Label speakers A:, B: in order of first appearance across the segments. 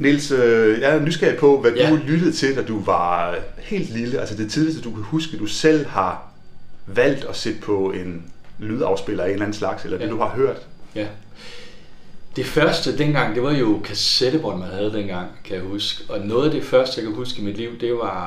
A: Niels, jeg er nysgerrig på, hvad du lyttede til, da du var helt lille. Altså det tidligste, du kan huske, du selv har valgt at sætte på en lydafspiller af en eller anden slags, eller det du har hørt.
B: Ja. Det første dengang, det var jo kassettebånd, man havde dengang, kan jeg huske. Og noget af det første, jeg kan huske i mit liv,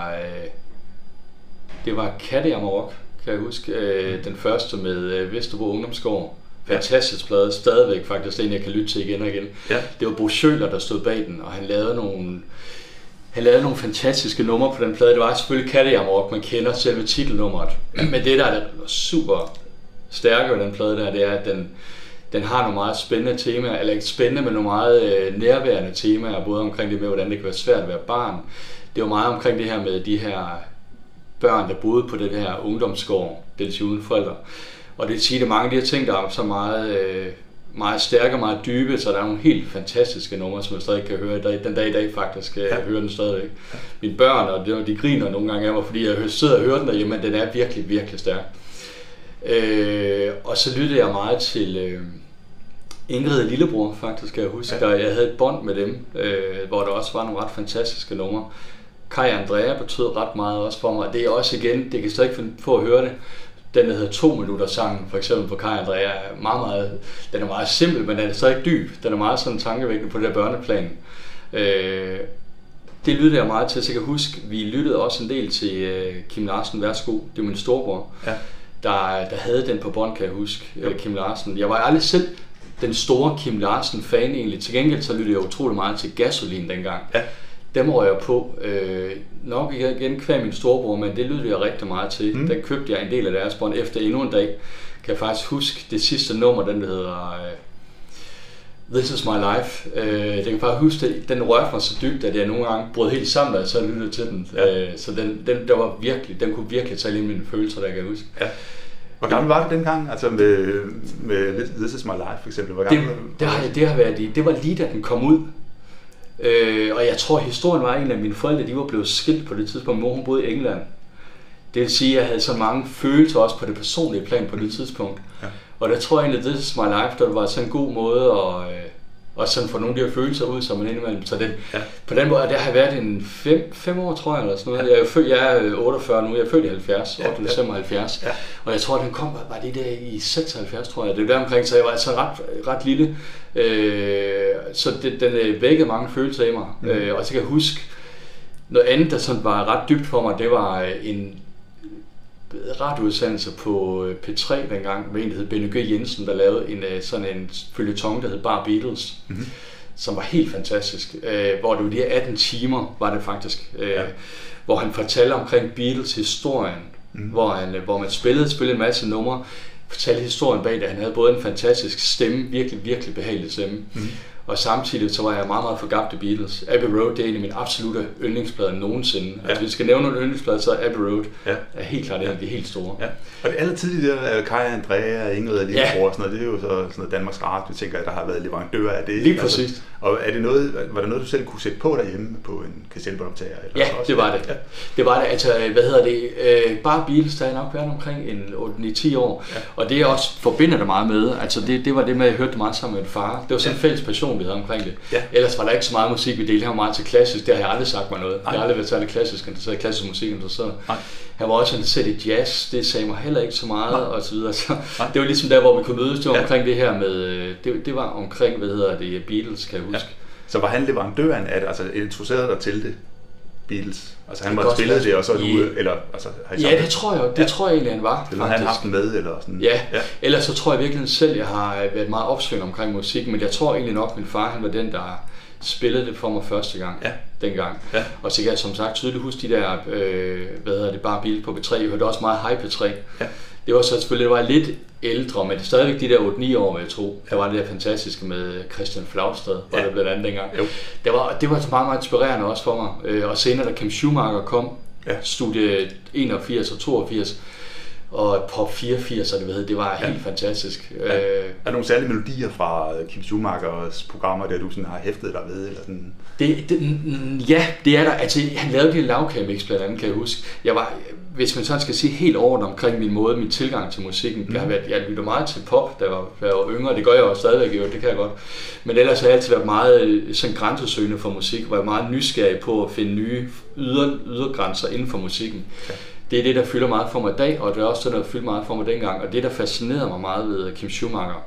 B: det var Katte Amarok, kan jeg huske. Den første med Vesterbro Ungdomsgård. Fantastisk plade, stadigvæk faktisk, den jeg kan lytte til igen og igen. Ja. Det var Bo Schøler, der stod bag den, og han lavede nogle fantastiske numre på den plade. Det var selvfølgelig Katte Amarok, man kender selve titelnummeret. Men det der er super stærke ved den plade der, det er, at den har nogle meget spændende temaer, eller ikke spændende, men nogle meget nærværende temaer, både omkring det med, hvordan det kan være svært at være barn. Det var meget omkring det her med de her børn, der boede på det her ungdomsgård, det vil sige uden forældre. Og det vil sige, at mange af de her ting, der er så meget stærke og meget dybe, så der er nogle helt fantastiske numre, som jeg stadig kan høre den dag i dag faktisk. Jeg hører den stadigvæk. Mine børn, og de griner nogle gange af mig, fordi jeg sidder og hører den derhjemme, men den er virkelig, virkelig stærk. Og så lyttede jeg meget til Ingrid og Lillebror, faktisk, kan jeg huske. Ja. Jeg havde et bånd med dem, hvor der også var nogle ret fantastiske numre. Kai Andrea betød ret meget også for mig. Det er også igen, det kan stadig finde på at høre det. Den, der hedder 2 minutter sangen, for eksempel på Kai Andrea, den er meget simpel, men den er stadig dyb. Den er meget sådan tankevækkende på det der børneplan. Det lyttede jeg meget til, så jeg kan huske, vi lyttede også en del til Kim Larsen, Værsgo, det var min storebror, der havde den på bånd, kan jeg huske, Kim Larsen. Jeg var aldrig selv den store Kim Larsen-fan egentlig. Til gengæld så lyttede jeg utrolig meget til Gasolin dengang. Ja. Dem røg jeg på, nok igen kvæg min storebror, men det lyttede jeg rigtig meget til. Den købte jeg en del af deres bånd efter endnu en dag. Kan jeg faktisk huske det sidste nummer, den der hedder This Is My Life. Det kan jeg faktisk huske, den rørte mig så dybt, at jeg nogle gange brød helt sammen, da jeg så lyttede til den. Ja. Så den kunne virkelig tage ind i mine følelser, der kan jeg huske. Ja.
A: Hvor gammel var det dengang? Altså med This Is My Life for eksempel?
B: Det var lige da den kom ud. Og jeg tror, historien var en af mine forældre, de var blevet skilt på det tidspunkt. Min mor, hun boede i England. Det vil sige, at jeg havde så mange følelser også på det personlige plan på det tidspunkt. Ja. Og der tror jeg egentlig, at This Is My Life, der var sådan en god måde at sådan få nogle af de her følelser ud, som man indimellem. Så på den måde, der har været en 5 år, tror jeg, eller sådan noget. Jeg er 48 nu, jeg er født i 70, 8. december 70. Ja. Og jeg tror, at den kom, var det der i 76, tror jeg. Det er der omkring, så jeg var altså ret lille. Så den vækkede mange følelser i mig. Og så kan jeg huske, noget andet, der sådan var ret dybt for mig, det var en radioudsendelse på P3 dengang, med en, der hed Benny G. Jensen, der lavede sådan en føljeton, der hed Bare Beatles, som var helt fantastisk. Hvor det var de her 18 timer, var det faktisk, hvor han fortalte omkring Beatles historien, hvor man spillede en masse numre, fortalte historien bag det. Han havde både en fantastisk stemme, virkelig, virkelig behagelig stemme, og samtidig så var jeg meget, meget forgabt af Beatles. Abbey Road, det er en af mine absolutte yndlingsplader nogensinde. Ja. Altså hvis vi skal nævne nogle yndlingsplader, så er Abbey Road er helt klart en af de helt store. Ja.
A: Og det aller tidlige der, Kai Andrea, Ingrid og Lillebror og sådan noget, det er jo sådan noget Danmarks Radio, tænker jeg, der har været leverandør af det.
B: Lige præcis.
A: Altså, og var det noget, du selv kunne sætte på derhjemme på en kassettebåndoptager?
B: Ja, det var det. Ja. Det var det. Altså, bare Beatles, der er nok været omkring en 8-10 år. Ja. Og det jeg også forbinder det meget med, altså det var det med, at jeg hørte det meget sammen med en far. Det var sådan en fælles passion, vi havde omkring det. Ja. Ellers var der ikke så meget musik, vi delte. Han var meget til klassisk, det har jeg aldrig sagt mig noget. Jeg har aldrig været særlig klassisk musik interesseret. Han var også interesseret i jazz, det sagde mig heller ikke så meget, og så videre. Så det var ligesom der, hvor vi kunne mødes, det var omkring det her med, det var omkring, Beatles, kan jeg huske. Ja.
A: Så var han leverandøren af det, altså introducerede dig til det, Beatles? Altså han måtte spille det, og så eller altså
B: ja, det tror jeg, tror jeg egentlig, han var.
A: Eller han haft den med, eller sådan?
B: Ja, ellers så tror jeg virkelig selv, jeg har været meget opsving omkring musik, men jeg tror egentlig nok, min far, han var den, der spillede det for mig første gang, dengang. Ja. Og så kan jeg som sagt tydeligt huske de der, bare Beatles på P3, jeg hørte også meget High P3. Ja. Det var så selvfølgelig, det var lidt ældre, men det er stadigvæk de der 8-9 år, jeg tror. Der var det der fantastiske med Christian Flagstad, var det blandt andet dengang. Det var så meget, meget inspirerende også for mig. Og senere, da Kim Schumacher kom, studie 81 og 82, og Pop 84, og det var helt fantastisk.
A: Ja. Er der nogle særlige melodier fra Kim Schumachers programmer, der du sådan har hæftet dig ved? Eller sådan?
B: Ja, det er der. Altså, han lavede de lavkagemix blandt andet, kan jeg huske. hvis man sådan skal sige helt overordnet omkring min tilgang til musikken, det har været, jeg lytter meget til pop, da jeg var yngre, det gør jeg jo stadigvæk, det kan jeg godt. Men ellers har jeg altid været meget sådan grænsesøgende for musik, var jeg meget nysgerrig på at finde nye ydergrænser inden for musikken. Okay. Det er det, der fylder meget for mig i dag, og det er også det, der fylder meget for mig dengang, og det, der fascinerede mig meget ved Kim Schumacher,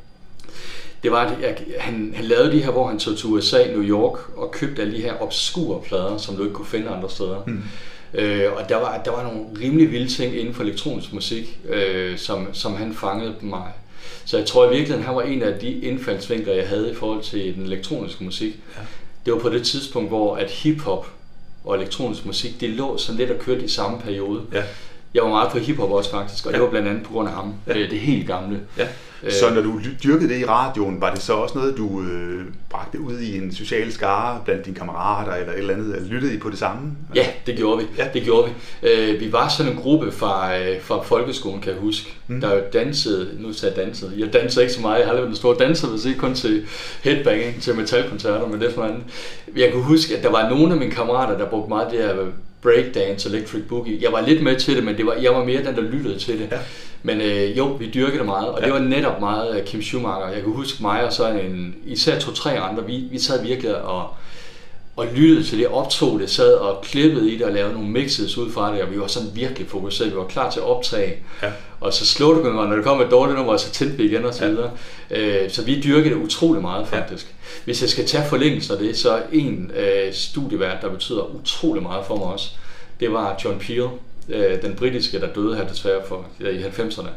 B: det var, at han lavede de her, hvor han tog til USA, New York, og købte alle de her obskure plader, som du ikke kunne finde andre steder. Og der var nogle rimelig vilde ting inden for elektronisk musik, som han fangede på mig. Så jeg tror i virkeligheden, han var en af de indfaldsvinkler, jeg havde i forhold til den elektroniske musik. Ja. Det var på det tidspunkt, hvor at hiphop og elektronisk musik, det lå sådan lidt og kørte i samme periode. Ja. Jeg var meget på hiphop også faktisk, og det var blandt andet på grund af ham, det helt gamle. Ja.
A: Så når du dyrkede det i radioen, var det så også noget, du bragte ud i en social skare blandt dine kammerater eller et eller andet? Eller lyttede I på det samme?
B: Ja, det gjorde vi. Ja. Det gjorde vi. Vi var sådan en gruppe fra folkeskolen, kan jeg huske, der dansede. Nu sagde jeg dansede. Jeg dansede ikke så meget. Jeg har aldrig været en stor danser, hvis ikke kun til headbanging, til metalkoncerter, men det er sådan andet. Jeg kunne huske, at der var nogle af mine kammerater, der brugte meget det her breakdance, electric boogie. Jeg var lidt med til det, men jeg var mere den, der lyttede til det. Ja. Men jo, vi dyrkede det meget, og det var netop meget Kim Schumacher. Jeg kan huske mig og så især 2-3 andre, vi sad virkelig og lyttede til det, optog det, sad og klippede i det og lavede nogle mixes ud fra det, og vi var sådan virkelig fokuseret, vi var klar til at optage. Ja. Og så sluttede vi mig, når det kom et dårligt nummer, så tændte vi igen og så videre. Så vi dyrkede det utrolig meget faktisk. Ja. Hvis jeg skal tage forlængelsen af det, så en studievært, der betyder utrolig meget for mig også, det var John Peel, den britiske, der døde her desværre i 90'erne.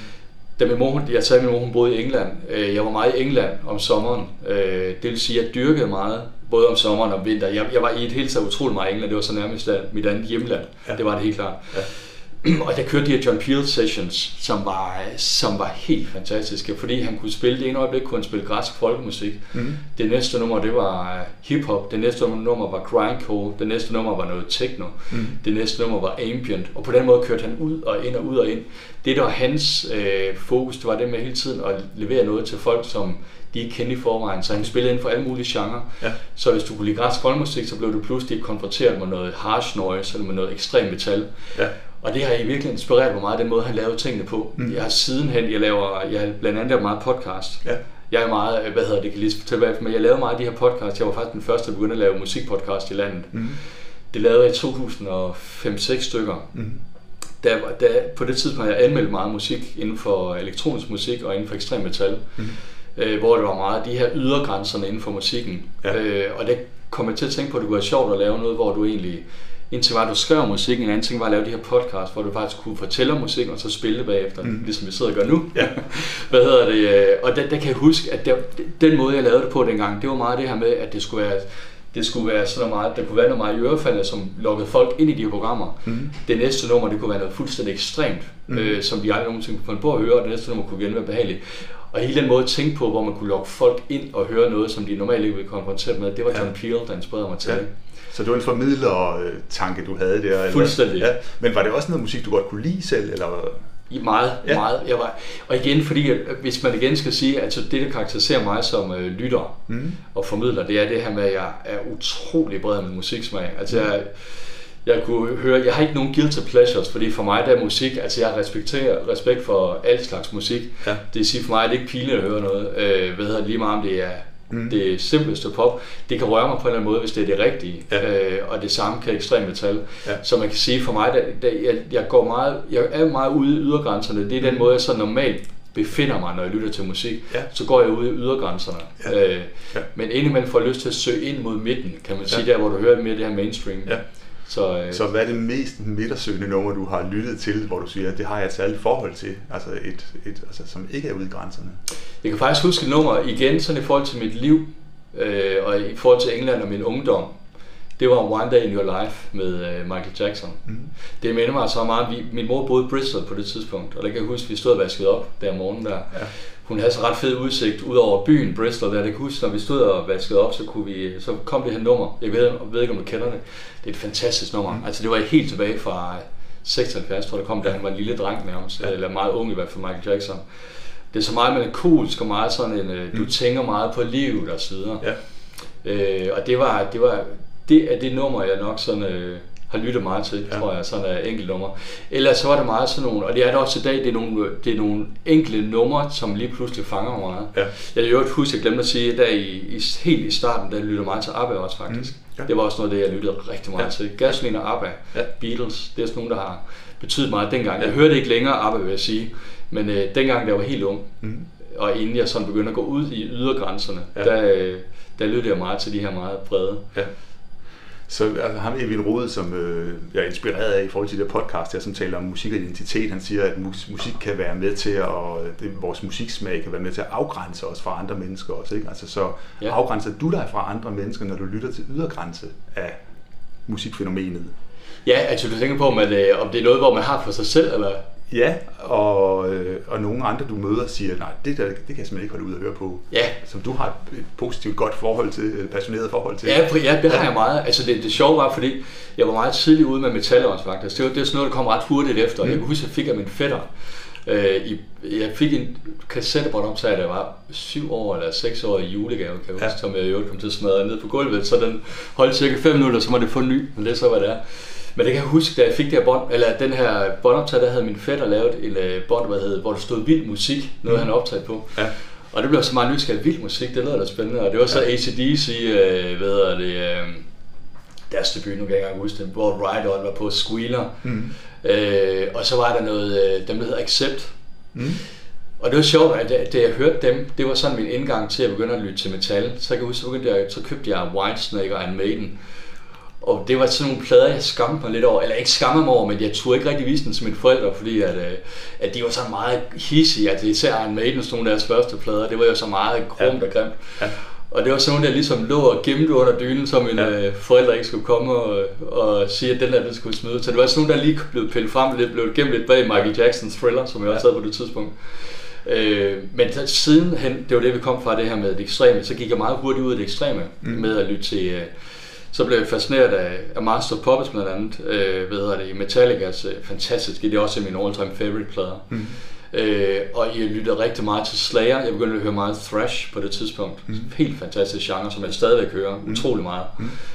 B: Jeg sagde, at min mor hun boede i England. Jeg var meget i England om sommeren. Det vil sige, at jeg dyrkede meget, både om sommeren og vinter. Jeg var i et hele taget utroligt meget i England. Det var så nærmest mit andet hjemland. Ja. Det var det helt klart. Ja. Og der kørte de her John Peel sessions, som var helt fantastiske, fordi han kunne spille, det ene øjeblik kunne han spille græsk folkemusik. Det næste nummer, det var hiphop, det næste nummer var grindcore, det næste nummer var noget techno, det næste nummer var ambient, og på den måde kørte han ud og ind og ud og ind. Det der var hans fokus, det var det med hele tiden at levere noget til folk, som de ikke kendte i forvejen, så han spillede inden for alle mulige genrer. Ja. Så hvis du kunne lide græsk folkemusik, så blev du pludselig konfronteret med noget harsh noise eller med noget ekstrem metal. Ja. Og det har i virkelig inspireret mig meget, den måde han lavede tingene på. Jeg har sidenhen, jeg har blandt andet meget podcast. Ja. Jeg er meget, kan lige fortælle bagefter, men jeg lavede meget af de her podcasts. Jeg var faktisk den første, der begyndte at lave musikpodcast i landet. Det lavede jeg i 2005-6 stykker. På det tidspunkt har jeg anmeldt meget musik inden for elektronisk musik og inden for ekstrem metal. Hvor det var meget de her ydergrænserne inden for musikken. Ja. Og det kom jeg til at tænke på, at det kunne være sjovt at lave noget, hvor du egentlig en ting var, at du skrev musikken, en anden ting var at lave de her podcasts, hvor du faktisk kunne fortælle om musikken og så spille det bagefter, ligesom vi sidder og gør nu. Ja. Og der kan jeg huske, at den måde, jeg lavede det på dengang, det var meget det her med, at det skulle være sådan meget, der kunne være noget meget i ørefaldet, som lokkede folk ind i de her programmer. Det næste nummer, det kunne være noget fuldstændig ekstremt, som vi aldrig nogensinde kunne finde på at høre, og det næste nummer kunne igen være behageligt. Og hele den måde at tænke på, hvor man kunne lokke folk ind og høre noget, som de normalt ikke ville konfrontere med, det var John Peel, der inspirerede mig til det.
A: Så det var en formidler-tanke, du havde der? Eller?
B: Fuldstændig. Ja.
A: Men var det også noget musik, du godt kunne lide selv? Eller?
B: Meget. Og igen, fordi hvis man igen skal sige, at det, der karakteriserer mig som lytter og formidler, det er det her med, at jeg er utrolig bred med musiksmag. Altså jeg kunne høre, jeg har ikke nogen guilty pleasures, fordi for mig der er musik, altså jeg respekterer respekt for alle slags musik. Ja. Det vil sige for mig, at det ikke pinligt at høre noget, lige meget om det er det simpleste pop, det kan røre mig på en eller anden måde, hvis det er det rigtige, og det samme kan ekstrem metal. Ja. Så man kan sige for mig, jeg er meget ude i ydergrænserne. Det er den måde, jeg så normalt befinder mig, når jeg lytter til musik. Ja. Så går jeg ude i ydergrænserne. Ja. Men indimellem får jeg lyst til at søge ind mod midten, kan man sige, der hvor du hører mere det her mainstream. Ja.
A: Så hvad er det mest midtersøgende nummer, du har lyttet til, hvor du siger, at det har jeg et særligt forhold til, altså som ikke er ude i grænserne?
B: Jeg kan faktisk huske et nummer igen, sådan i forhold til mit liv, og i forhold til England og min ungdom. Det var One Day in Your Life med Michael Jackson. Det minder mig så meget. Min mor boede i Bristol på det tidspunkt, og der kan jeg huske, at vi stod og vaskede op der om morgenen der. Ja. Hun havde så ret fed udsigt ud over byen Bristol der. Det kan huske, når vi stod og vaskede op, så kom det her nummer. Jeg ved ikke, om du kender det. Det er et fantastisk nummer. Altså det var helt tilbage fra 76, tror jeg, det kom, da han var en lille dreng nærmest, eller meget ung i hvert fald, Michael Jackson. Det er så meget melankolsk og meget sådan en, du tænker meget på livet og så videre. Ja. Og det er det nummer, jeg nok sådan har lyttet meget til, tror jeg, sådan er enkelte numre. Ellers så var det meget sådan nogle, og det er det også i dag, det er nogle enkelte numre, som lige pludselig fanger mig meget. Ja. Jeg kan jo huske, jeg glemte at sige, at helt i starten, der lyttede meget til ABBA også faktisk. Det var også noget af det, jeg lyttede rigtig meget til. Gasoline og ABBA, Beatles, det er sådan nogle, der har betydet meget dengang. Jeg hørte ikke længere ABBA, vil jeg sige, men dengang, da jeg var helt ung, og inden jeg sådan begyndte at gå ud i ydergrænserne, der lyttede jeg meget til de her meget brede. Ja.
A: Så altså, ham Evin Rode, som jeg er inspireret af i forhold til det podcast her, som taler om musik og identitet, han siger, at musik kan være med til vores musiksmag kan være med til at afgrænse os fra andre mennesker også, ikke? Altså så afgrænser du dig fra andre mennesker, når du lytter til ydergrænse af musikfænomenet?
B: Ja, altså du tænker på, om det er noget, hvor man har for sig selv, eller?
A: Ja, og nogle andre, du møder, siger, nej, det kan jeg simpelthen ikke holde ud at høre på. Ja. Som du har et positivt, godt forhold til, et passioneret forhold til.
B: Ja, det har jeg meget. Altså det sjove var, fordi jeg var meget tidlig ude med metal også faktisk. Det er sådan noget, der kom ret hurtigt efter. Jeg kan huske, at jeg fik af min fætter. Jeg fik en kassettebåndoptager, der var 7 år eller 6 år i julegave, kan jeg huske, som jeg jo kom til at smadre ned på gulvet. Så den holdt cirka 5 minutter, så må det få en ny, men det er så, hvad det er. Men det kan jeg huske, da jeg fik det her den her båndoptager, der havde min fætter lavet en bånd, hvor der stod vild musik, noget han optaget på. Ja. Og det blev så meget nysgerrigt, vild musik, det lød da spændende. Og det var så AC/DC, deres debut, nu kan jeg ikke engang huske det, hvor Ride On var på Squealer. Og så var der noget, dem der hedder Accept. Og det var sjovt, at da jeg hørte dem, det var sådan min indgang til at begynde at lytte til metal. Så jeg kan huske, så købte jeg Whitesnake og Iron Maiden. Og det var sådan nogle plader, jeg skammede mig lidt over, eller ikke skammede mig over, men jeg turde ikke rigtig vise den til mine forældre, fordi at de var så meget hissige, at især Iron Maiden, sådan nogle af deres første plader, det var jo så meget grumt og grimt. Ja. Og det var sådan nogle, der ligesom lå og gemte under dynen, så mine forældre ikke skulle komme og sige, at den der, den skulle smide. Så det var sådan nogle, der lige blev pillet frem, lidt blev gemt lidt bag Michael Jacksons Thriller, som jeg også havde på det tidspunkt. Men sidenhen, det var det, vi kom fra det her med det ekstreme, så gik jeg meget hurtigt ud af det ekstreme med at lytte til. Så blev jeg fascineret af Master of Puppets blandt andet, Metallicas fantastiske, det er også mine all-time favorite plader. Og jeg lyttede rigtig meget til Slayer, jeg begyndte at høre meget thrash på det tidspunkt. Helt fantastisk genre, som jeg stadigvæk hører utrolig meget.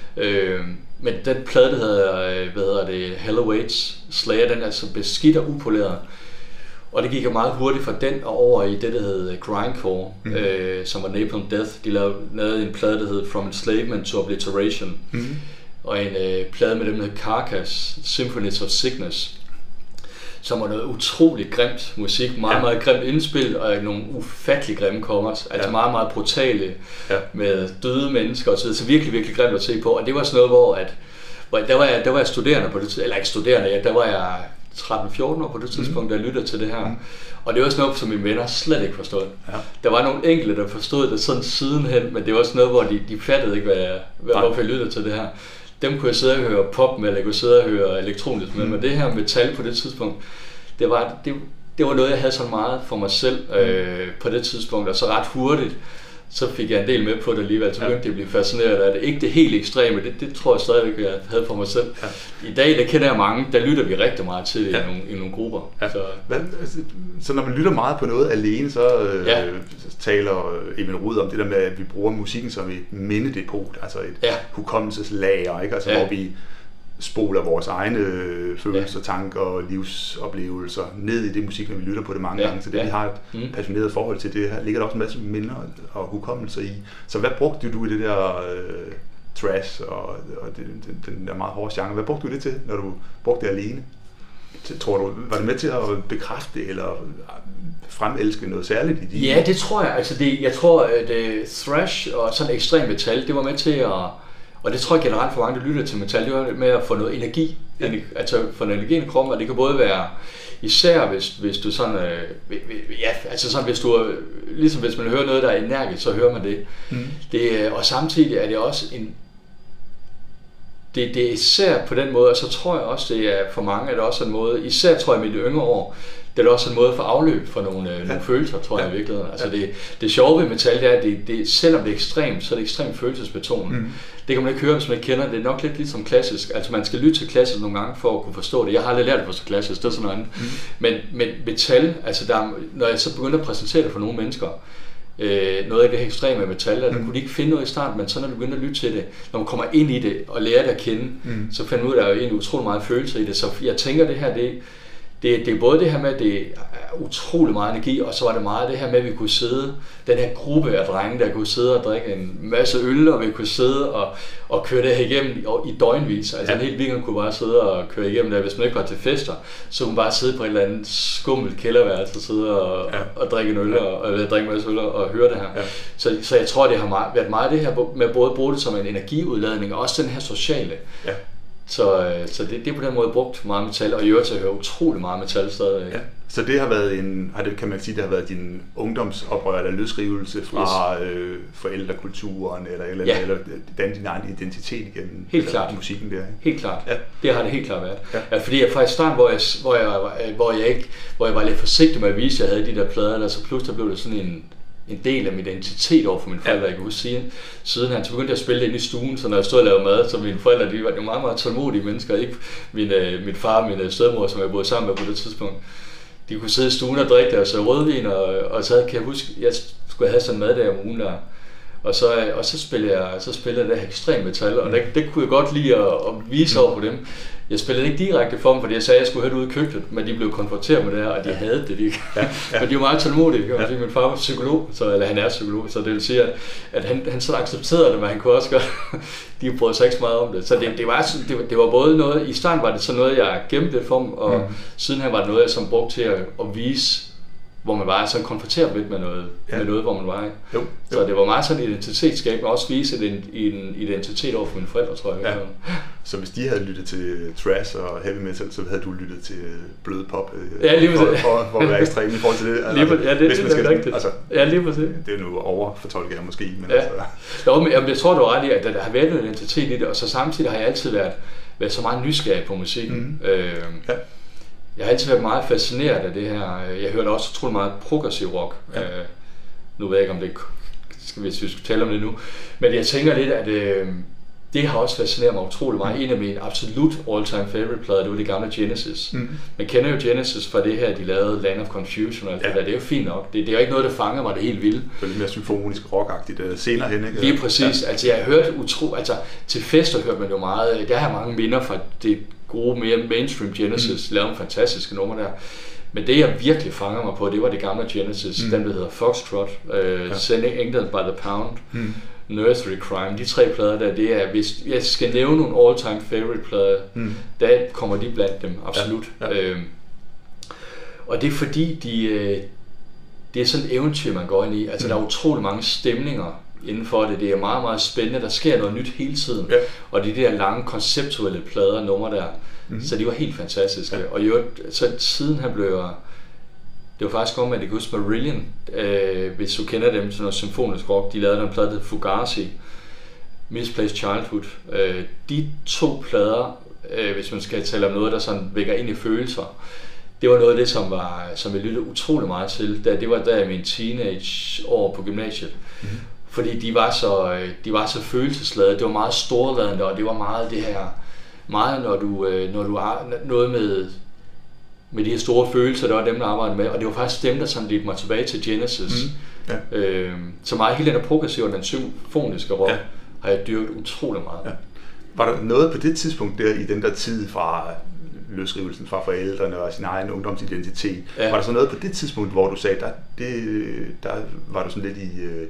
B: Men den plade, der hedder Hell Awaits Slayer, den er så beskidt og upoleret. Og det gik jo meget hurtigt fra den og over i det, der hed Grindcore, som var Napalm Death. De lavede en plade, der hed From Enslavement to Obliteration. Og en plade med dem, der hed Carcass, Symphonies of Sickness, som var noget utroligt grimt musik, meget grimt indspil, og nogle ufattelig grimme covers, altså meget, meget brutale, med døde mennesker og så videre, så virkelig grimt at se på. Og det var sådan noget, hvor der var jeg studerende på det, eller ikke studerende, der var jeg 13-14 år på det tidspunkt, da jeg lyttede til det her. Og det var sådan noget, som mine venner slet ikke forstod. Der var nogle enkelte, der forstod det sådan sidenhen, men det var også noget, hvor de fattede ikke, hvorfor jeg lyttede til det her. Dem kunne jeg sidde og høre pop med, eller jeg kunne sidde og høre elektronisk med, men det her metal på det tidspunkt, det var noget, jeg havde så meget for mig selv på det tidspunkt, og så ret hurtigt, så fik jeg en del med på det alligevel, så begyndte jeg at blive fascineret af det. Ikke det helt ekstreme, det tror jeg stadigvæk, jeg havde for mig selv. I dag, der kender jeg mange, der lytter vi rigtig meget til det i nogle grupper.
A: Så når man lytter meget på noget alene, så taler Evin Rode om det der med, at vi bruger musikken som et mindedepot, altså et hukommelseslager, ikke? Altså hvor vi spoler vores egne følelser, tanker og livsoplevelser ned i det musik, når vi lytter på det mange gange. Så det, vi har et passioneret forhold til det her, ligger der også en masse minder og hukommelser i. Så hvad brugte du i det der trash og den der meget hårde genre? Hvad brugte du det til, når du brugte det alene? Tror du, var det med til at bekræfte eller fremelske noget særligt i de?
B: Ja, det tror jeg. Altså jeg tror, at thrash og sådan ekstrem metal, det var med til at. Og det tror jeg generelt for mange, der lytter til metal, det var med at få noget energi, altså få noget energi i kroppen, og det kan både være, især hvis du sådan, altså sådan hvis du, ligesom hvis man hører noget, der er energisk, så hører man det. Og samtidig er det også det er især på den måde, og så tror jeg også, det er for mange, er det også en måde, især tror jeg i mine yngre år, det er også en måde for afløb for nogle følelser, tror jeg i virkeligheden. Altså det sjove ved metal, det er, at det, selvom det er ekstremt, så er det ekstremt følelsesbetonet. Det kan man ikke høre, hvis man ikke kender det. Det er nok lidt ligesom klassisk. Altså man skal lytte til klassisk nogle gange for at kunne forstå det. Jeg har aldrig lært det på så klassisk, det er sådan noget andet. Men metal, altså når jeg så begynder at præsentere det for nogle mennesker, noget af det her ekstreme metal, der kunne de ikke finde noget i starten, men så når du begynder at lytte til det, når man kommer ind i det og lærer det at kende, så finder man ud af, at der er jo egentlig utrolig meget følelse i det. Så jeg tænker, det her, det er både det her med, at det er utrolig meget energi, og så var det meget det her med, at vi kunne sidde, den her gruppe af drenge, der kunne sidde og drikke en masse øl, og vi kunne sidde og køre det her igennem i døgnvis. Altså en hel weekend kunne bare sidde og køre igennem der. Hvis man ikke var til fester, så kunne man bare sidde på et eller andet skummelt kælderværelse og sidde og drikke en øl, eller drikke en masse øl og høre det her. Ja. Så jeg tror, det har været meget det her med både at bruge det som en energiudladning, og også den her sociale. Ja. Så det er på den måde brugt meget metal, og i øvrigt til at høre utrolig meget metal stadigvæk. Ja.
A: Så det har været kan man sige, det har været din ungdomsoprør eller løsrivelse fra forældrekulturen eller danne din egen identitet igennem
B: helt klart.
A: Musikken der. Ikke?
B: Helt klart. Ja. Det har det helt klart været. Ja. Fordi jeg fra starten, hvor jeg var lidt forsigtig med at vise, at jeg havde de der plader, der så pludselig blev det sådan en del af min identitet over for mine forældre. Jeg kan huske siden han begyndte at spille ind i stuen, så når jeg stod og lavede mad, så mine forældre, de var jo meget, meget tålmodige mennesker. Ikke min far og min stedmor, som jeg boede sammen med på det tidspunkt, de kunne sidde i stuen og drikke deres rødvin, og så kan jeg huske, jeg skulle have sådan en maddag om ugen der. Og så spillede jeg det her ekstrem metal, og det kunne jeg godt lide at vise over på dem. Jeg spillede ikke direkte for dem, fordi jeg sagde, at jeg skulle høre det ude i køkkenet, men de blev konfronteret med det her, og de havde det. Men de var meget tålmodige, kan man sige. Min far var psykolog, eller han er psykolog, så det vil sige, at han så accepterede det, men han kunne også godt, de brød sig ikke så meget om det. Så det var både noget, i starten var det sådan noget, jeg gemte lidt for dem, og sidenhen var det noget, jeg som brugte til at vise, hvor man var, sådan konfronteret lidt med noget, hvor man var. Jo. Så det var meget sådan identitetsskab, og også vise en identitet over for mine forældre, tror jeg. Ja.
A: Så hvis de havde lyttet til thrash og heavy metal, så havde du lyttet til blød pop, for at være ekstrem i forhold til det.
B: Det er rigtigt. Altså, ja, lige præcis.
A: Det er nu overfortolket jeg måske. Men
B: jeg tror, du var ret i, at der har været en identitet i det, og så samtidig har jeg altid været så meget nysgerrig på musikken. Jeg har altid været meget fascineret af det her. Jeg hørte også utrolig meget progressiv rock. Ja. Nu ved jeg ikke, om det hvis vi skulle tale om det nu. Men jeg tænker lidt, at det har også fascineret mig utrolig meget. En af mine absolut all-time favorite plader, det var det gamle Genesis. Man kender jo Genesis fra det her, de lavede Land of Confusion og alt det der. Det er jo fint nok. Det er jo ikke noget, der fanger mig det helt vildt.
A: Det er lidt mere symfonisk rockagtigt senere hen, ikke?
B: Lige præcis. Ja. Altså jeg har hørt til fester hørte man jo meget. Der har mange minder fra det gode, mere mainstream Genesis, lavede en fantastiske nummer der. Men det, jeg virkelig fanger mig på, det var det gamle Genesis, den der hedder Foxtrot, Sending England by the Pound, Nursery Crime. De tre plader der, det er, hvis jeg skal nævne nogle all-time favorite plader, der kommer de blandt dem, absolut. Ja. Og det er fordi, det er sådan et eventyr, man går ind i. Altså, der er utrolig mange stemninger inden for det. Det er meget, meget spændende. Der sker noget nyt hele tiden. Ja. Og det er de der lange, konceptuelle plader, numre der. Så de var helt fantastiske. Ja. Og jo, så siden han blev... Det var faktisk om, at jeg kan huske Marillion, hvis du kender dem, sådan noget symfonisk rock. De lavede en plade, der hed Fugazi, Misplaced Childhood. De to plader, hvis man skal tale om noget, der sådan vækker ind i følelser, det var noget af det, som jeg lyttede utrolig meget til. Det var der i mine teenage-år på gymnasiet. Fordi de var så følelsesladede. Det var meget storladende, og det var meget det her, meget når du har noget med de her store følelser, der var dem, der arbejdede med, og det var faktisk dem, der sådan ledte mig tilbage til Genesis. Så meget hele den progressive og den symfoniske rock har jeg dyrket utrolig meget. Ja.
A: Var der noget på det tidspunkt der, i den der tid fra løsrivelsen fra forældrene og sin egen ungdomsidentitet, var der så noget på det tidspunkt, hvor du sagde, der var du sådan lidt i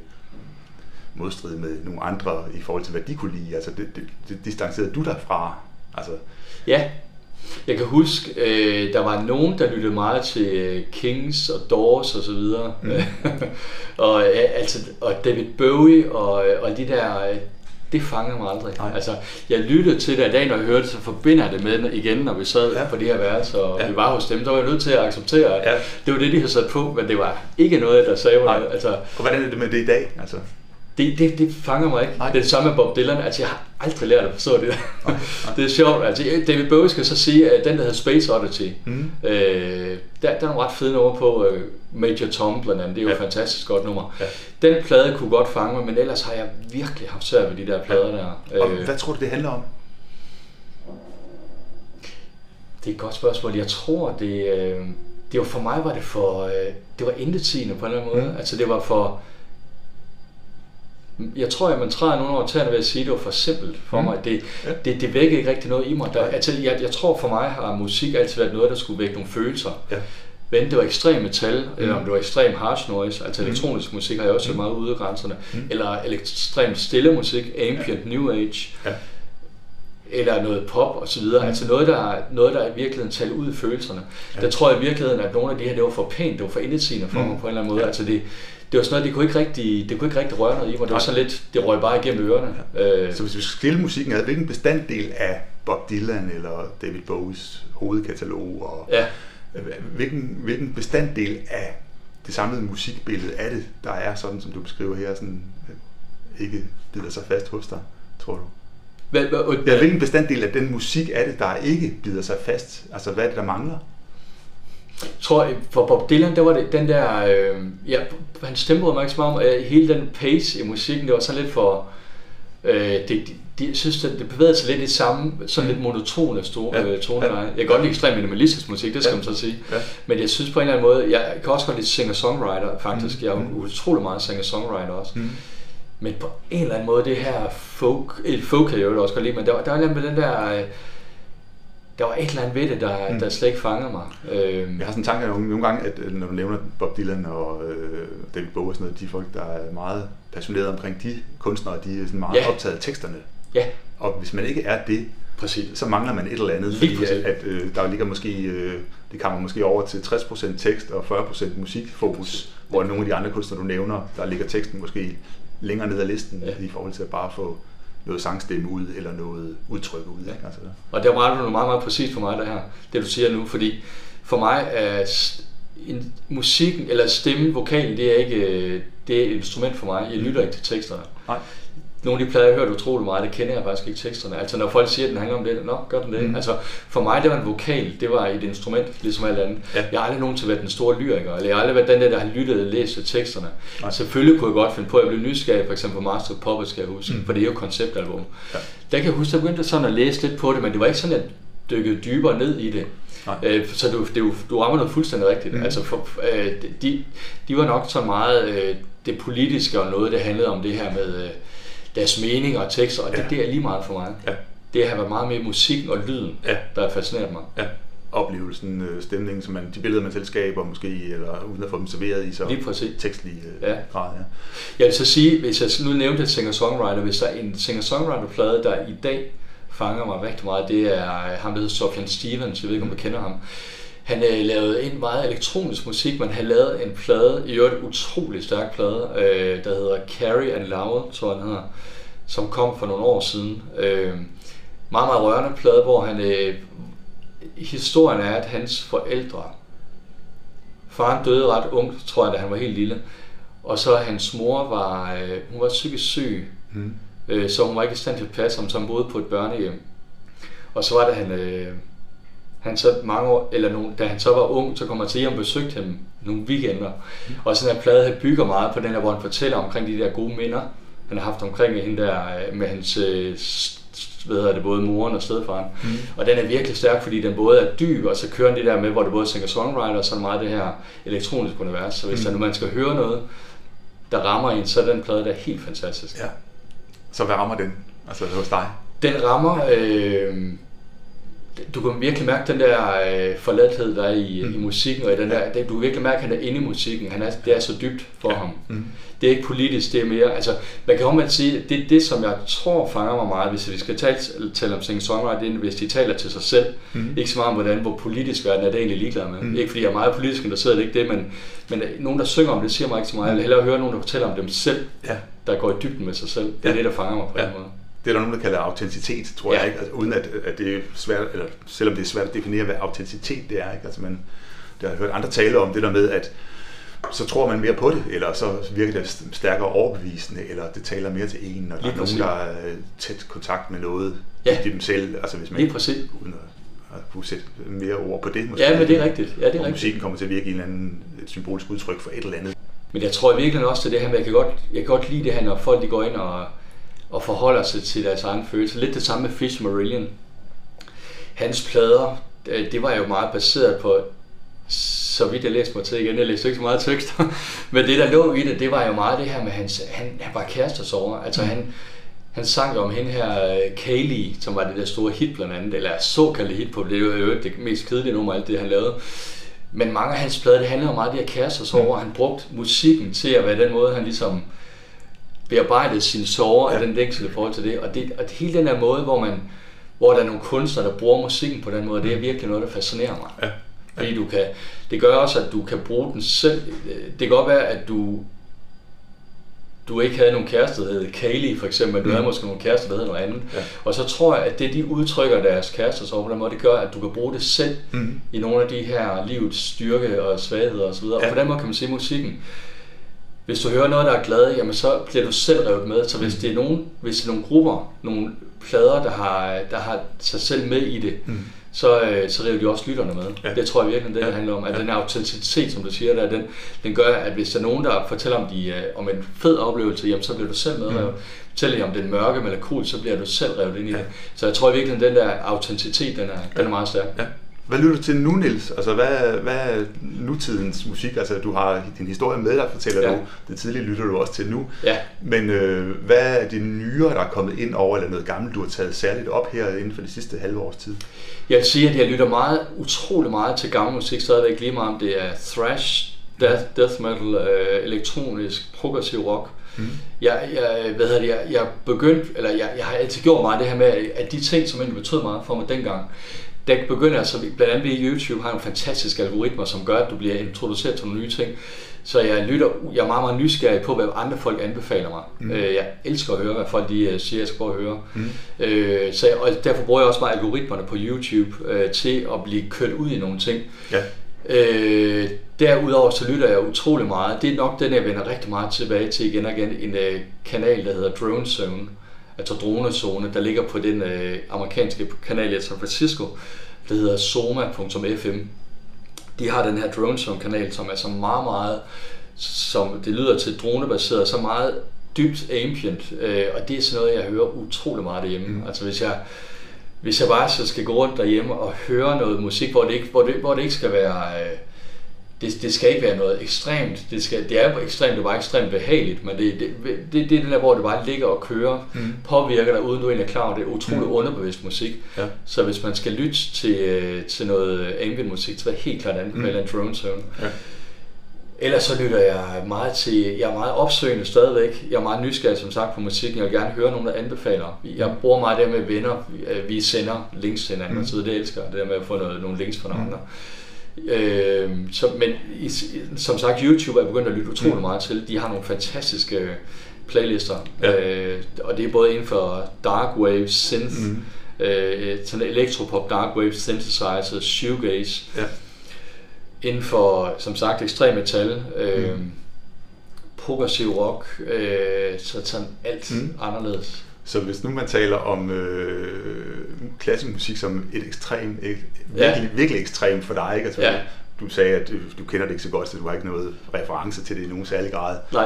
A: modstrid med nogle andre i forhold til, hvad de kunne lide? Altså det distancerede du dig fra? Altså...
B: Ja, jeg kan huske, der var nogen, der lyttede meget til Kings og Doors og så videre. og David Bowie og de der... Det fangede mig aldrig. Nej. Altså, jeg lyttede til det i dag, når jeg hørte det, så forbinder jeg det med igen, når vi sad på de her værelser, og vi var hos dem, så var jeg nødt til at acceptere, at det var det, de havde sat på, men det var ikke noget, der sagde mig. Altså,
A: og hvordan er det med det i dag? Altså?
B: Det fanger mig ikke. Nej. Det er det samme med Bob Dylan. Altså, jeg har aldrig lært at forstå det der. Nej. Det er sjovt. Altså, David Bowie skal så sige, at den, der hedder Space Oddity, der er nogle ret fede nummer på. Major Tom blandt andet, det er jo et fantastisk godt nummer. Ja. Den plade kunne godt fange mig, men ellers har jeg virkelig haft svært ved de der plader der.
A: Og hvad tror du, det handler om?
B: Det er et godt spørgsmål. Jeg tror, det var for mig, det var intetsigende på en eller anden måde. Altså det var for jeg tror, at man træder nogle over tæerne ved at sige, at det var for simpelt for mig. Det vækkede ikke rigtig noget i mig. Jeg tror for mig har musik altid været noget, der skulle vække nogle følelser. Ja. Men det var ekstrem metal, eller om det var ekstrem harsh noise, altså elektronisk musik har jeg også meget ude af grænserne, eller ekstremt stille musik, ambient, new age, eller noget pop og så videre, altså noget der i virkeligheden taler ud i følelserne. Der tror jeg i virkeligheden, at nogle af de her, det var for pænt, det var for indesigende for mig på en eller anden måde, altså det var sådan noget, det kunne ikke rigtig røre noget i mig, det var sådan lidt, det røg bare igennem ørerne.
A: Så hvis vi skal skille musikken ad, hvilken bestanddel af Bob Dylan eller David Bowies hovedkatalog, og hvilken bestanddel af det samlede musikbillede er det, der er sådan, som du beskriver her, sådan ikke bider sig fast hos dig, tror du? Hvilken bestanddel af den musik er det, der ikke bider sig fast? Altså, hvad er det, der mangler?
B: Jeg tror, for Bob Dylan, der var det den der, han stemte mig ikke så meget om, hele den pace i musikken, det var sådan lidt for, jeg synes, det bevægede sig lidt i samme, sådan lidt monotone toneleje. Jeg kan godt lide ekstremt minimalistisk musik, det skal man så sige. Men jeg synes på en eller anden måde, jeg kan også godt lide singer-songwriter faktisk, jeg er utrolig meget singer-songwriter også. Men på en eller anden måde, det her folk kan jeg jo også godt lide, men der var den der, der var et eller andet ved det, der slet ikke fangede mig.
A: Jeg har sådan en tanke nogle gange, at når du nævner Bob Dylan og David Bowie og sådan noget, de folk, der er meget passionerede omkring de kunstnere, de er sådan meget optaget af teksterne. Ja. Og hvis man ikke er det, så mangler man et eller andet, fordi at der ligger måske, det kommer måske over til 60% tekst og 40% musikfokus, hvor nogle af de andre kunstnere, du nævner, der ligger teksten måske længere ned ad listen, i forhold til at bare få noget sangstemme ud, eller noget udtryk ud. Ikke? Altså,
B: og det var meget, meget præcist for mig, det du siger nu, fordi for mig er musikken, eller stemmen, vokalen, det er et instrument for mig. Jeg lytter ikke til teksterne. Nej. Nogle af de plader, jeg hørt utroligt meget, det kender jeg faktisk ikke teksterne. Altså når folk siger, at den handler om det, gør den det. Altså for mig, det var en vokal, det var et instrument, ligesom alt andet. Ja. Jeg har aldrig nogensinde været den store lyriker, eller jeg har aldrig været den der har lyttet og læst teksterne. Nej. Selvfølgelig kunne jeg godt finde på, at jeg blev nysgerrig, for eksempel på Master of Puppets, skal jeg huske, for det er jo konceptalbum. Ja. Der kan jeg huske, at jeg begyndte sådan at læse lidt på det, men det var ikke sådan, at jeg dykkede dybere ned i det. Så du rammer noget fuldstændig rigtigt. Altså de var nok så meget det politiske og noget, det handlede om det her med deres meninger og tekster, og det er lige meget for mig. Ja. Det har været meget mere musikken og lyden, der har fascineret mig. Ja.
A: Oplevelsen, stemningen, som de billeder man selv skaber måske, eller uden at få dem serveret i så tekstlige grad. Ja.
B: Jeg vil så sige, hvis jeg nu nævnte singer-songwriter, hvis der er en singer-songwriter-plade, der i dag fanger mig rigtig meget, det er ham, der hedder Sufjan Stevens, jeg ved ikke, om du kender ham. Han lavede en meget elektronisk musik, men han lavede en plade, i øvrigt utrolig stærk plade, der hedder Carrie and Lowell, tror jeg den hedder, som kom for nogle år siden. Meget, meget rørende plade, hvor han, historien er, at hans forældre, faren døde ret ung, tror jeg, da han var helt lille, og så hans mor hun var psykisk syg, så hun var ikke i stand til at passe ham, så han boede på et børnehjem. Og så var det han så mange år, da han så var ung, så kom han til hjem og besøgte ham nogle weekender. Og sådan en plade, han bygger meget på den der, hvor han fortæller omkring de der gode minder, han har haft omkring hende der, med hans, både moren og stedfaren. Og den er virkelig stærk, fordi den både er dyb, og så kører den det der med, hvor det både singer-songwriter, og så meget det her elektroniske univers. Så hvis der nu man skal høre noget, der rammer en, så er den plade der helt fantastisk. Ja.
A: Så hvad rammer den, altså hos dig?
B: Den rammer, du kan virkelig mærke den der forladthed, der er i musikken, og i den der, du kan virkelig mærke, at han er inde i musikken. Det er så dybt for ham. Det er ikke politisk, det er mere, altså man kan omvendt sige, det som jeg tror fanger mig meget, hvis vi skal tale om singer-songwriter, det er, hvis de taler til sig selv. Ikke så meget om, hvor politisk verden er det egentlig ligeglad med. Ikke fordi jeg er meget politisk interesseret, det er ikke det, men nogen, der synger om det, siger mig ikke så meget. Jeg vil hellere høre nogen, der fortæller om dem selv, der går i dybden med sig selv. Det er det, der fanger mig på den måde.
A: Det er der nogen, der kalder autenticitet, tror jeg ikke, altså, uden at det er svært, eller selvom det er svært at definere, hvad autenticitet det er, ikke? Altså det har jeg hørt andre tale om, det der med, at så tror man mere på det, eller så virker det stærkere overbevisende, eller det taler mere til en, og der er nogen, der er tæt kontakt med noget i dem selv, altså hvis man uden at kunne sætte mere ord på det, måske.
B: Ja, men det er rigtigt. Ja, det er rigtigt.
A: Musikken kommer til at virke i en eller anden symbolisk udtryk for et eller andet.
B: Men jeg tror virkelig også til det her, men jeg kan godt lide det her, når folk de går ind og forholder sig til deres egen følelser. Lidt det samme med Fish Marillion. Hans plader, det var jo meget baseret på så vidt jeg læste mig til igen, jeg læste ikke så meget tekster, men det der lå i det var jo meget det her med, han var kærestesorger, altså han sang om hende her Kaylee, som var det der store hit blandt andet, eller såkaldte hit på, det er jo det mest kedelige nummer, alt det han lavede. Men mange af hans plader, det handler jo meget om de her kærestesorger, han brugte musikken til at være den måde, han ligesom bearbejdede sine sorger af den længsel i forhold til det. Og hele den her måde, hvor der er nogle kunstnere, der bruger musikken på den måde, det er virkelig noget, der fascinerer mig. Ja. Fordi det gør også, at du kan bruge den selv. Det kan godt være, at du ikke havde nogen kæreste, der hed Kaylee for eksempel, du havde måske nogle kærester, der hed noget andet. Ja. Og så tror jeg, at det de udtrykker deres kærester så på den måde, det gør, at du kan bruge det selv i nogle af de her livets styrke og svagheder osv. Og på den måde kan man se musikken. Hvis du hører noget, der er glad, jamen så bliver du selv revet med. Så hvis det er nogle grupper, nogle plader, der har sig selv med i det, så river de også lytterne med. Ja. Det tror jeg virkelig, det handler om. At den her autenticitet, som du siger, den gør, at hvis der er nogen, der fortæller om en fed oplevelse, jamen så bliver du selv medrevet. Fortæller de om den mørke melankol, så bliver du selv revet ind i det. Så jeg tror virkelig, at den der autenticitet, den er meget stærk. Ja.
A: Hvad lytter du til nu, Niels? Altså, hvad er nutidens musik? Altså, du har din historie med dig, fortæller du. Det tidlige lytter du også til nu. Ja. Men hvad er det nyere, der er kommet ind over, eller noget gammelt, du har taget særligt op her inden for de sidste halve års tid?
B: Jeg vil sige, at jeg lytter utrolig meget til gammel musik, stadigvæk lige meget om det er thrash, death metal, elektronisk, progressiv rock. Jeg har altid gjort meget det her med, at de ting, som egentlig betød meget for mig dengang, der begynder altså, blandt andet ved YouTube har nogle fantastiske algoritmer, som gør, at du bliver introduceret til nogle nye ting. Så jeg er meget, meget nysgerrig på, hvad andre folk anbefaler mig. Jeg elsker at høre, hvad folk de siger, jeg skal prøve at høre. Og derfor bruger jeg også bare algoritmerne på YouTube til at blive kørt ud i nogle ting. Ja. Derudover så lytter jeg utrolig meget. Det er nok den, jeg vender rigtig meget tilbage til igen og igen. En kanal, der hedder Drone Zone. Altså dronezone, der ligger på den amerikanske kanal i San Francisco, der hedder Soma.fm. De har den her DroneZone-kanal, som er så meget, meget, som det lyder til dronebaseret, så meget dybt ambient, og det er sådan noget, jeg hører utrolig meget derhjemme. Altså hvis jeg bare så skal gå rundt derhjemme og høre noget musik, hvor det ikke skal være... Det skal ikke være noget ekstremt. Det er ekstremt, det er bare ekstremt behageligt, men det er den der, hvor det bare ligger og kører, påvirker dig, uden du egentlig er klar over det. Utroligt underbevidst musik. Ja. Så hvis man skal lytte til noget ambient musik, så er det helt klart anbefalet en Drone Zone. Ja. Ellers så lytter jeg meget til, jeg er meget opsøgende stadigvæk. Jeg er meget nysgerrig, som sagt, på musikken. Jeg vil gerne høre nogen, der anbefaler. Jeg bruger meget det med venner. Vi sender links til hinanden, så det elsker det der med at få nogle links fra nogle andre. Men som sagt, YouTube er begyndt at lytte utrolig meget til. De har nogle fantastiske playlister, og det er både inden for dark wave, synth, sådan electropop, dark wave, synthesizer, shoegaze, inden for, som sagt, ekstrem metal, progressiv rock, så sådan alt anderledes.
A: Så hvis nu man taler om klassisk musik som et ekstrem, virkelig ekstremt for dig, ikke? Altså, du sagde, at du kender det ikke så godt, så du har ikke noget reference til det i nogen særlig grad. Nej.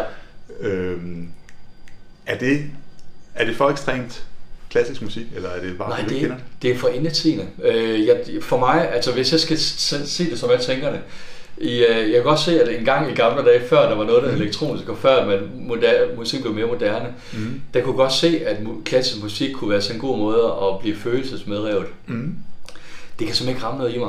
A: Er det for ekstremt klassisk musik, eller er det bare,
B: nej, du kender det? Det er for indetigende. For mig, altså hvis jeg skal se det, som jeg tænker det, jeg kan godt se, at en gang i gamle dage, før der var noget, der elektronisk, og før musik blev mere moderne, der kunne godt se, at klassisk musik kunne være sådan en god måde at blive følelsesmedrevet. Det kan simpelthen ikke ramme noget i mig.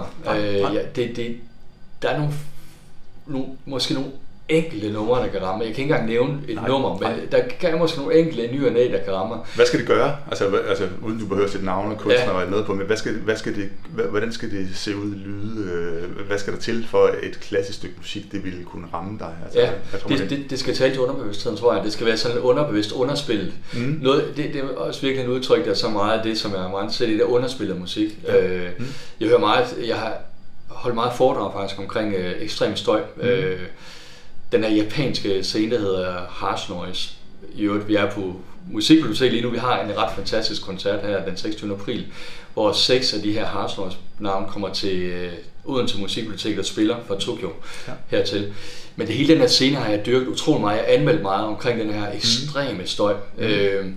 B: Der er måske nogle enkelte numre, der kan ramme. Jeg kan ikke engang nævne et nummer, men der kan måske nogle enkelte ny og næ, der kan ramme.
A: Hvad skal det gøre? Altså uden du behøver at sætte navne og kunstnere eller noget på, men hvordan skal det se ud, lyde? Hvad skal der til for et klassisk stykke musik, det ville kunne ramme dig? Altså,
B: det skal tale til underbevidstheden, tror jeg. Det skal være sådan underbevidst underspillet. Det er også virkelig en udtryk, der er så meget af det, som jeg er meget til i det underspillet musik. Jeg hører meget, jeg har holdt meget foredrag faktisk omkring ekstrem støj. Den her japanske scene, der hedder Harsh Noise. I øvrigt, vi er på Musikbiblioteket lige nu. Vi har en ret fantastisk koncert her den 26. april, hvor 6 af de her Harsh Noise navne kommer til Odense Musikbiblioteket og spiller fra Tokyo hertil. Men det hele den her scene har jeg dyrket utrolig meget. Jeg har anmeldt meget omkring den her ekstreme støj.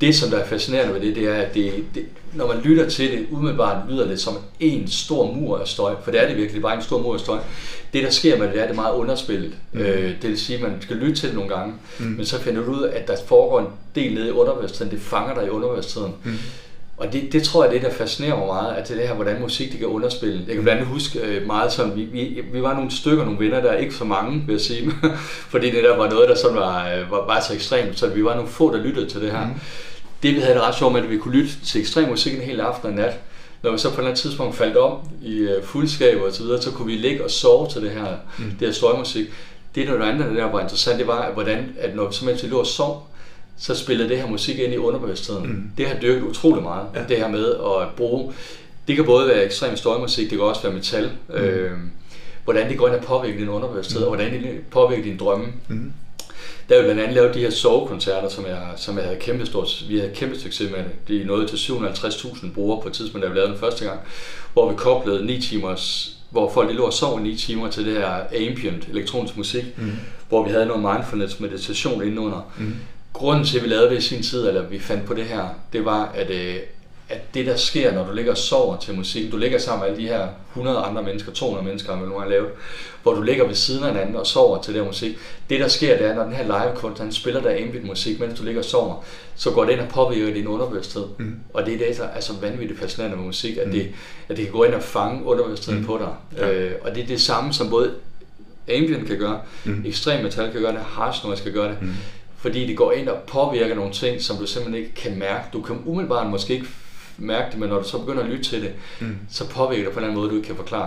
B: Det, som der er fascinerende ved det er, at når man lytter til det, umiddelbart lyder det som en stor mur af støj, for det er det virkelig, bare en stor mur af støj. Det, der sker med det, er meget underspillet. Det vil sige, at man skal lytte til det nogle gange, men så finder du ud af, at der foregår en del nede i underbevidstheden, det fanger dig i underbevidstheden. Og det tror jeg, det der fascinerer mig meget, at det her, hvordan musik det kan underspille. Jeg kan blandt andet huske meget sådan, vi var nogle stykker, nogle venner, der ikke så mange, vil jeg sige, fordi det der var noget, der sådan var bare så ekstremt, så vi var nogle få, der lyttede til det her. Det vi havde det ret sjovt med, at vi kunne lytte til ekstrem musik en hel aften og nat. Når vi så på et eller andet tidspunkt faldt om i fuldskab og så videre, så kunne vi ligge og sove til det her støjmusik. Det der andet, der var interessant, det var, at når vi så mens vi lå og sov, så spillede det her musik ind i underbevidstheden. Det har dyrket utrolig meget, det her med at bruge. Det kan både være ekstrem støjmusik, det kan også være metal. Hvordan det går ind og påvirker din underbevidsthed, og hvordan det påvirker din drømme. Der er jo blandt andet lavet de her sovekoncerter, som jeg havde vi havde kæmpe succes med det. De nåede til 750.000 brugere på et tidspunkt, da vi lavede den første gang, hvor vi koblede 9 timers, hvor folk lå og sov 9 timer til det her ambient elektronisk musik, hvor vi havde noget mindfulness meditation indenunder. Grunden til, at vi lavede det i sin tid, eller vi fandt på det her, det var, at det der sker, når du ligger og sover til musik, du ligger sammen med alle de her 100 andre mennesker, 200 mennesker, har vi nogle gange lavet, hvor du ligger ved siden af hinanden og sover til det her musik. Det der sker, det er, når den her livekunst, han spiller der ambient musik, mens du ligger og sover, så går det ind og påvirker din underbevidsthed. Og det er det, der er så vanvittigt fascinerende med musik, at det kan gå ind og fange underbevidstheden på dig. Og det er det samme, som både ambient kan gøre, ekstrem metal kan gøre det, harsh noise kan gøre det. Fordi det går ind og påvirker nogle ting, som du simpelthen ikke kan mærke. Du kan umiddelbart måske ikke mærke det, men når du så begynder at lytte til det, så påvirker det på en eller anden måde, du ikke kan forklare.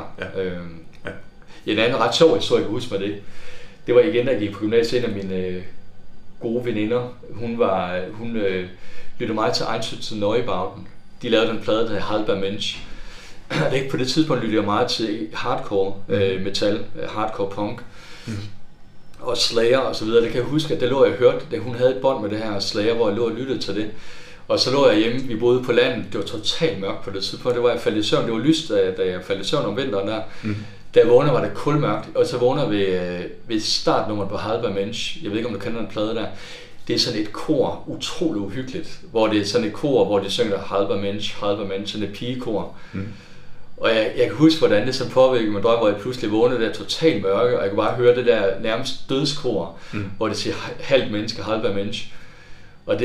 B: En anden ret sjov historie, jeg kan huske med det var igen, da jeg gik på gymnasiet. En af mine gode veninder, hun lyttede meget til Einstürzende Neubauten. De lavede den plade, der hedder Halber Mensch. På det tidspunkt lyttede jeg meget til hardcore metal, hardcore punk. Og Slayer og så videre. Det kan jeg huske, at det lå jeg hørte, da hun havde et bånd med det her Slayer, hvor jeg lå og lyttede til det. Og så lå jeg hjemme, vi boede på landet, det var totalt mørkt på det tidspunkt, det var jeg faldt i søvn, det var lyst, da jeg faldt i søvn om vinteren der. Da jeg vågner, var det kulmørkt, og så vågner ved startnummeret på Halber Mensch, jeg ved ikke om du kender den plade der, det er sådan et kor, utroligt uhyggeligt, hvor det er sådan et kor, hvor de synger Halber Mensch, sådan et pigekor. Og jeg kan huske, hvordan det så påvirkede min drøm, hvor jeg pludselig vågnede der totalt mørke, og jeg kunne bare høre det der nærmest dødskor, hvor det siger halvt menneske, Halber Mensch. Og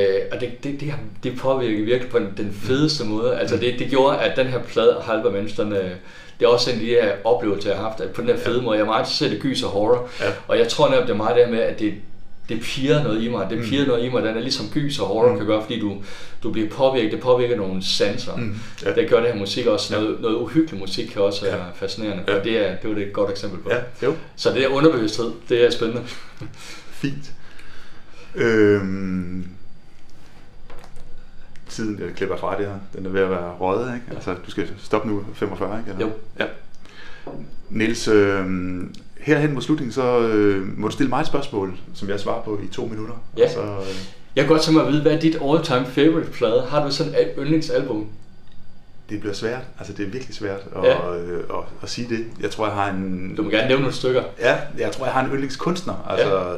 B: det påvirker virkelig på den fedeste måde. Altså det gjorde, at den her plade Halber Mensch, det er også en af de her oplevelser, jeg har haft, at på den her fede måde. Jeg er meget til at se det gys og horror, og jeg tror netop, det er meget der med, at det pirrer noget i mig. Det pirrer noget i mig, den er ligesom gys og horror kan gøre, fordi du bliver påvirket. Det påvirker nogle sanser. Det gør det her musik også. Noget uhyggelig musik kan også være fascinerende. Og det var det et godt eksempel på. Så det er underbevidsthed. Det er spændende.
A: Fint. Tiden, jeg klipper fra det her, den er ved at være røget, ikke? Altså, du skal stoppe nu 45, ikke? Eller?
B: Jo.
A: Ja. Niels, herhen mod slutningen, så må du stille mig et spørgsmål, som jeg svarer på i 2 minutter.
B: Ja.
A: Så,
B: jeg kan godt tænke mig at vide, hvad er dit all-time favorite plade? Har du sådan et yndlingsalbum?
A: Det bliver svært. Altså, det er virkelig svært at sige det. Jeg tror, jeg har en...
B: Du må gerne nævne nogle stykker.
A: Ja, jeg tror, jeg har en yndlingskunstner. Altså,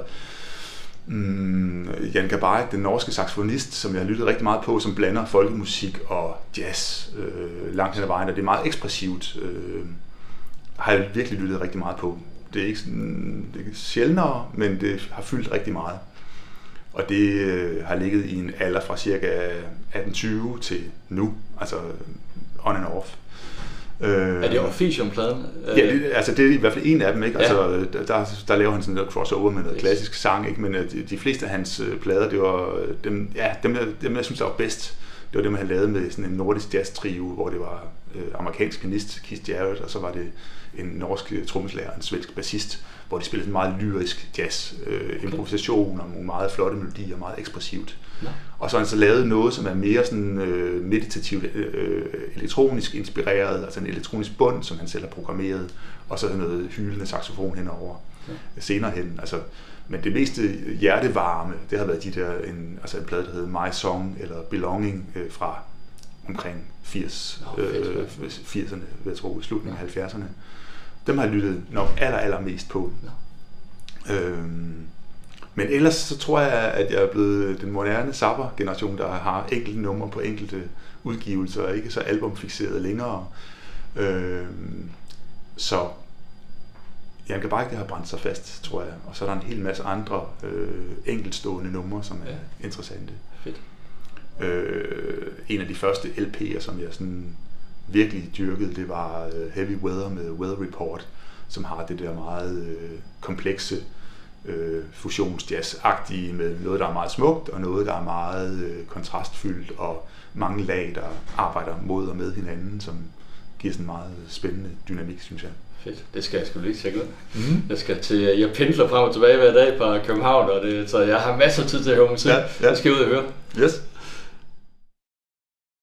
A: Jan Garbarek, den norske saxofonist, som jeg har lyttet rigtig meget på, som blander folkemusik og jazz langt hen ad vejen, og det er meget ekspressivt. Har jeg virkelig lyttet rigtig meget på. Det er ikke sjældnere, men det har fyldt rigtig meget. Og det har ligget i en alder fra cirka 18-20 til nu, altså on and off.
B: Er det Officium-pladen?
A: Ja, det er i hvert fald en af dem, ikke? Altså, der laver han sådan noget crossover med noget klassisk sang, ikke? Men de fleste af hans plader, det var dem jeg synes, der var bedst. Det var dem, han lavede med sådan en nordisk jazz-trio, hvor det var amerikansk pianist Keith Jarrett, og så var det en norsk trommeslager, en svensk bassist, hvor de spillede en meget lyrisk jazz, improvisation og nogle meget flotte melodier, meget ekspressivt. Ja. Og så har han så lavet noget, som er mere sådan meditativt, elektronisk inspireret, altså en elektronisk bund, som han selv har programmeret, og så noget hylende saxofon henover senere hen. Altså, men det meste hjertevarme, det har været de der, en plade, der hedder My Song eller Belonging fra omkring 80'erne, vil jeg tro, i slutningen af 70'erne. Dem har jeg lyttet nok allermest på. Men ellers så tror jeg, at jeg er blevet den moderne Zappa-generation, der har enkelte numre på enkelte udgivelser, og ikke så albumfixeret længere. Så Jan Garbarek har brændt sig fast, tror jeg. Og så er der en hel masse andre enkeltstående numre, som er interessante.
B: Fedt.
A: En af de første LP'er, som jeg sådan virkelig dyrkede, det var Heavy Weather med Weather Report, som har det der meget komplekse fusionsjazz-agtige med noget, der er meget smukt, og noget, der er meget kontrastfyldt, og mange lag, der arbejder mod og med hinanden, som giver sådan en meget spændende dynamik, synes jeg.
B: Fedt. Det skal jeg sgu lige tjekke ud. Jeg pendler frem og tilbage hver dag fra København, så jeg har masser af tid til at høre musik. Det skal jeg ud og høre.
A: Yes.